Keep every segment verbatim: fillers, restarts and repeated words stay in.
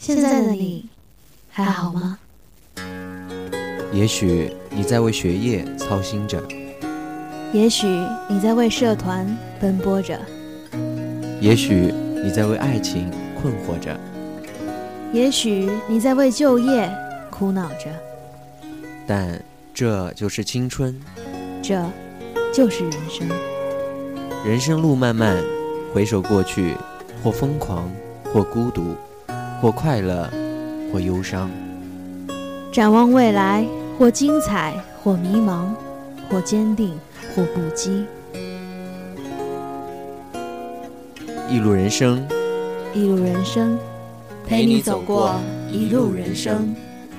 现在的你还好吗？ 也许你在为学业操心着， 也许你在为社团奔波着， 也许你在为爱情困惑着， 也许你在为就业苦恼着， 但这就是青春， 这就是人生。 人生路漫漫，回首过去，或疯狂，或孤独，或快乐，或忧伤。 展望未来，或精彩，或迷茫，或坚定，或不羁。 一路人生， 一路人生，陪你走过一路人生。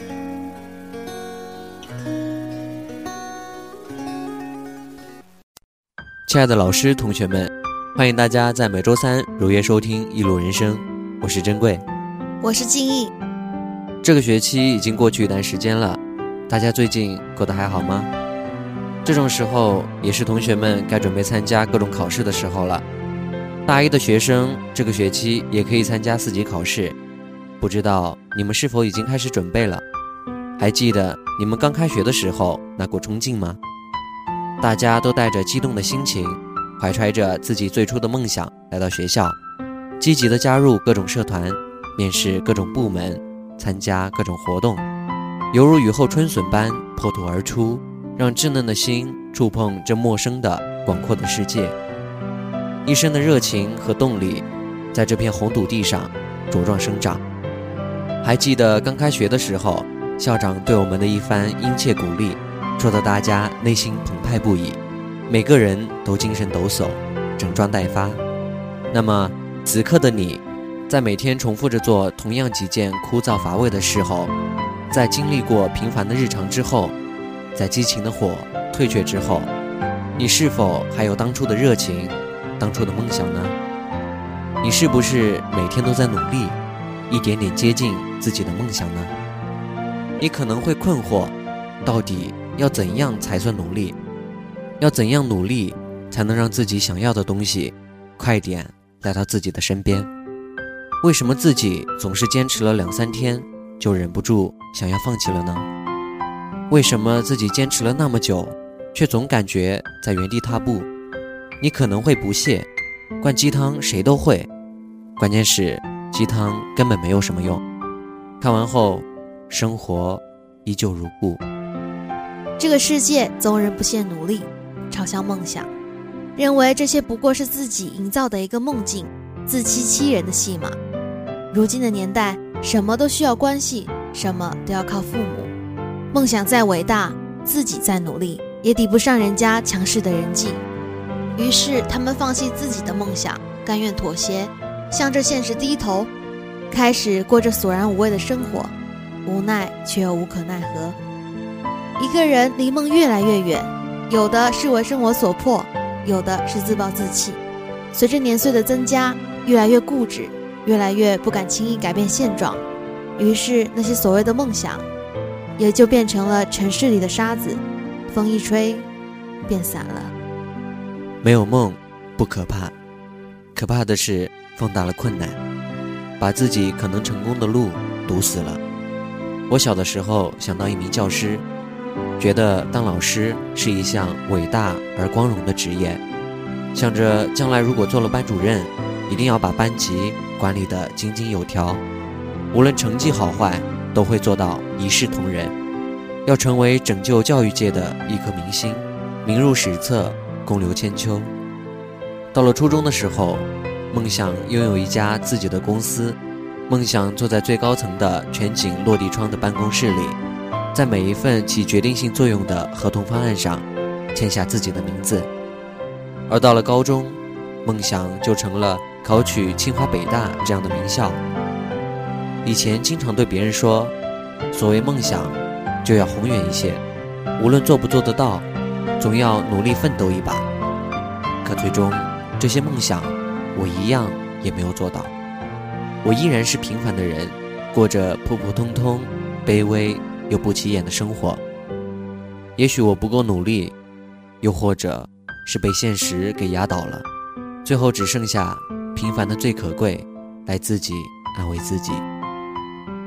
亲爱的老师、同学们，欢迎大家在每周三如约收听《一路人生》，我是珍贵， 我是静逸。 这个学期已经过去一段时间了，大家最近过得还好吗？这种时候也是同学们该准备参加各种考试的时候了。大一的学生这个学期也可以参加四级考试，不知道你们是否已经开始准备了？还记得你们刚开学的时候那股冲劲吗？大家都带着激动的心情，怀揣着自己最初的梦想来到学校，积极地加入各种社团，面试各种部门，参加各种活动，犹如雨后春笋般破土而出，让稚嫩的心触碰这陌生的广阔的世界。一生的热情和动力在这片红土地上茁壮生长。还记得刚开学的时候，校长对我们的一番殷切鼓励，说得大家内心澎湃不已，每个人都精神抖擞，整装待发。那么此刻的你，在每天重复着做同样几件枯燥乏味的事后，在经历过平凡的日常之后，在激情的火退却之后，你是否还有当初的热情，当初的梦想呢？你是不是每天都在努力，一点点接近自己的梦想呢？你可能会困惑，到底要怎样才算努力？要怎样努力才能让自己想要的东西快点来到自己的身边？为什么自己总是坚持了两三天就忍不住想要放弃了呢？为什么自己坚持了那么久，却总感觉在原地踏步？你可能会不屑，灌鸡汤谁都会，关键是鸡汤根本没有什么用。看完后，生活依旧如故。 这个世界总有人不懈努力，朝向梦想，认为这些不过是自己营造的一个梦境，自欺欺人的戏码。如今的年代，什么都需要关系，什么都要靠父母。梦想再伟大，自己再努力，也抵不上人家强势的人际。于是他们放弃自己的梦想，甘愿妥协，向着现实低头，开始过着索然无味的生活，无奈却又无可奈何。一个人离梦越来越远，有的是为生活所迫，有的是自暴自弃。随着年岁的增加，越来越固执，越来越不敢轻易改变现状，于是那些所谓的梦想也就变成了城市里的沙子，风一吹便散了。 没有梦不可怕，可怕的是放大了困难，把自己可能成功的路堵死了。我小的时候想当一名教师，觉得当老师是一项伟大而光荣的职业，想着将来如果做了班主任，一定要把班级管理得井井有条，无论成绩好坏都会做到一视同仁，要成为拯救教育界的一颗明星，名入史册，公留千秋。到了初中的时候，梦想拥有一家自己的公司，梦想坐在最高层的全景落地窗的办公室里，在每一份起决定性作用的合同方案上签下自己的名字。而到了高中，梦想就成了考取清华北大这样的名校。以前经常对别人说，所谓梦想就要宏远一些，无论做不做得到，总要努力奋斗一把。可最终这些梦想我一样也没有做到，我依然是平凡的人，过着普普通通、卑微又不起眼的生活。也许我不够努力，又或者是被现实给压倒了，最后只剩下平凡的最可贵，来自己安慰自己。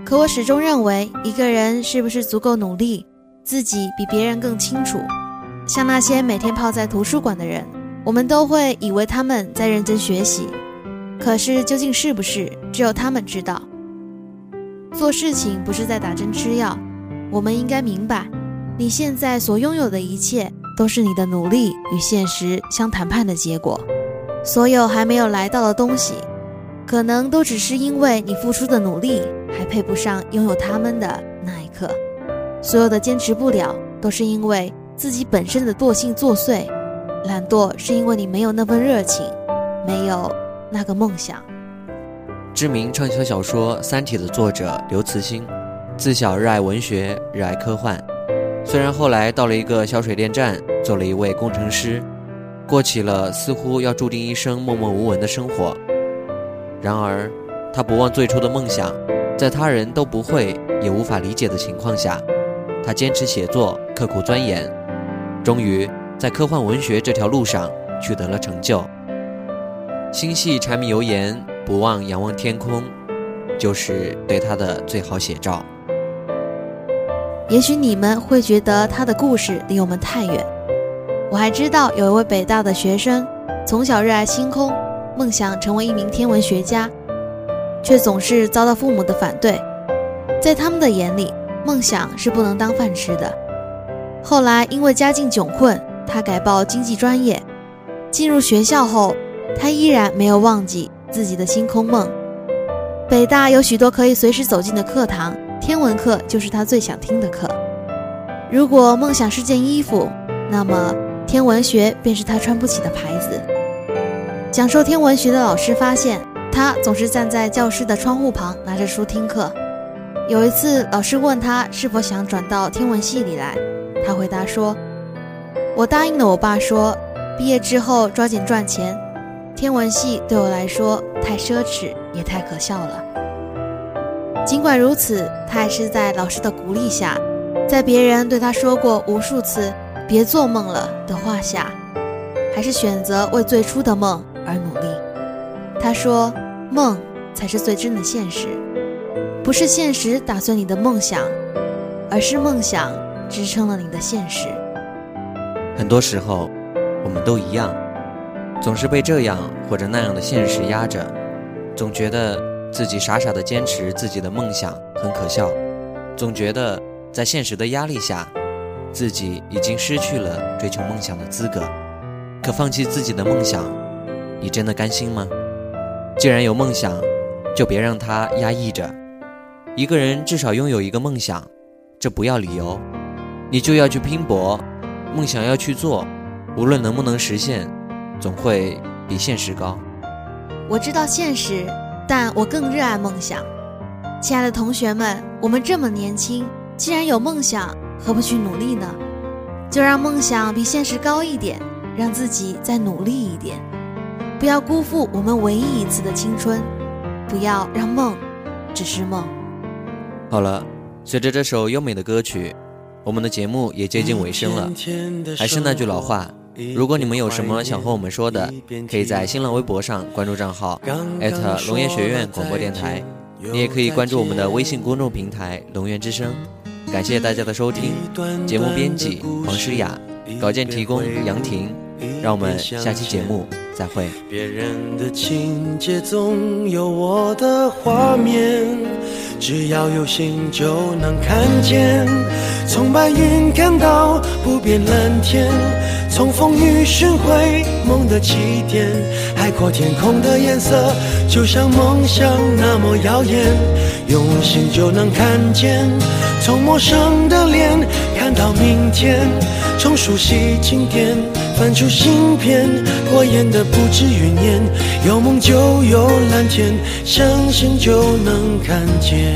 可我始终认为，一个人是不是足够努力，自己比别人更清楚。像那些每天泡在图书馆的人，我们都会以为他们在认真学习，可是究竟是不是，只有他们知道。做事情不是在打针吃药，我们应该明白，你现在所拥有的一切都是你的努力与现实相谈判的结果。所有还没有来到的东西，可能都只是因为你付出的努力还配不上拥有它们的那一刻。所有的坚持不了，都是因为自己本身的惰性作祟。懒惰是因为你没有那份热情，没有那个梦想。 知名畅销小说《三体》的作者刘慈欣，自小热爱文学，热爱科幻。虽然后来到了一个小水电站，做了一位工程师，过起了似乎要注定一生默默无闻的生活，然而他不忘最初的梦想，在他人都不会也无法理解的情况下，他坚持写作，刻苦钻研，终于在科幻文学这条路上取得了成就。心系柴米油盐，不忘仰望天空，就是对他的最好写照。 也许你们会觉得他的故事离我们太远。我还知道有一位北大的学生，从小热爱星空，梦想成为一名天文学家，却总是遭到父母的反对。在他们的眼里，梦想是不能当饭吃的。后来因为家境窘困，他改报经济专业。进入学校后，他依然没有忘记自己的星空梦。北大有许多可以随时走进的课堂，天文课就是他最想听的课。如果梦想是件衣服，那么天文学便是他穿不起的牌子。讲授天文学的老师发现，他总是站在教室的窗户旁拿着书听课。有一次，老师问他是否想转到天文系里来，他回答说：我答应了我爸说，毕业之后抓紧赚钱，天文系对我来说太奢侈也太可笑了。尽管如此，他还是在老师的鼓励下，在别人对他说过无数次别做梦了的话下，还是选择为最初的梦而努力。他说，梦才是最真的现实，不是现实打碎你的梦想，而是梦想支撑了你的现实。 很多时候我们都一样，总是被这样或者那样的现实压着，总觉得自己傻傻的坚持自己的梦想很可笑，总觉得在现实的压力下，自己已经失去了追求梦想的资格。可放弃自己的梦想，你真的甘心吗？既然有梦想，就别让它压抑着。一个人至少拥有一个梦想，这不要理由，你就要去拼搏，梦想要去做，无论能不能实现，总会比现实高。 我知道现实，但我更热爱梦想。亲爱的同学们，我们这么年轻，既然有梦想，何不去努力呢？就让梦想比现实高一点，让自己再努力一点，不要辜负我们唯一一次的青春，不要让梦只是梦。 好了，随着这首优美的歌曲，我们的节目也接近尾声了。还是那句老话，如果你们有什么想和我们说的，可以在新浪微博上关注账号艾特龙岩学院广播电台，你也可以关注我们的微信公众平台龙岩之声。感谢大家的收听，节目编辑黄诗雅，稿件提供杨婷，让我们下期节目再会。 别人的情节总有我的画面，只要有心就能看见，从白云看到不变蓝天，从风雨寻回梦的起点，海阔天空的颜色就像梦想那么耀眼，用心就能看见，从陌生的脸看到明天，从熟悉经典翻出新篇，过眼的不止云烟，有梦就有蓝天，相信就能看见。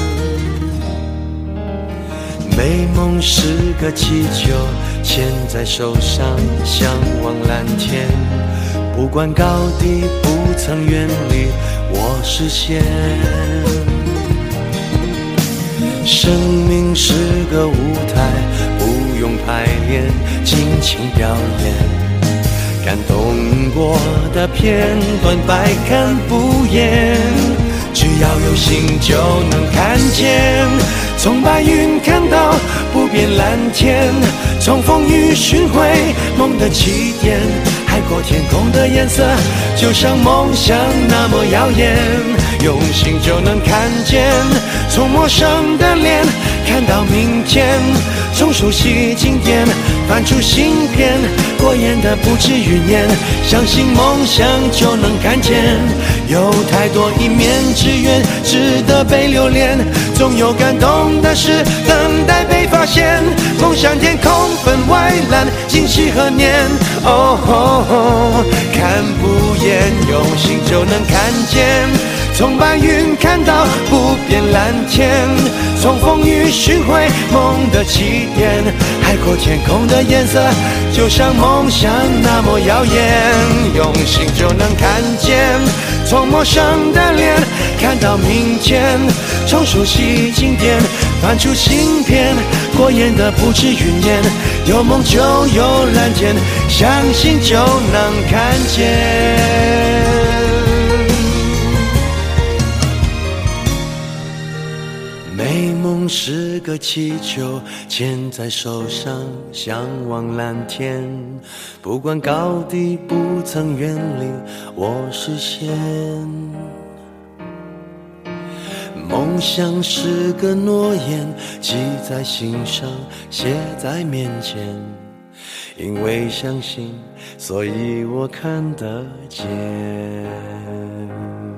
美梦是个气球，牵在手上向往蓝天，不管高低不曾远离我视线。生命是个舞台，不用排练，尽情表演，感动过的片段百看不厌，只要有心就能看见。从白云看到不变蓝天，从风雨寻回梦的起点。海阔天空的颜色，就像梦想那么耀眼，用心就能看见。从陌生的脸看到明天，从熟悉经典翻出新篇。过眼的不止云烟，相信梦想就能看见。有太多一面之缘，值得被留恋。总有感动的事等待被发现。梦想天空分外蓝，今夕何年？哦吼吼，看不厌，用心就能看见。从白云看到不变蓝天，从风雨寻回梦的起点。海阔天空的颜色，就像梦想那么耀眼，用心就能看见。从陌生的脸看到明天，从熟悉经典翻出新篇。过眼的不止云烟，有梦就有蓝天，相信就能看见。美梦是个气球，牵在手上，向往蓝天。不管高低，不曾远离我视线。梦想是个诺言，记在心上，写在面前。因为相信，所以我看得见。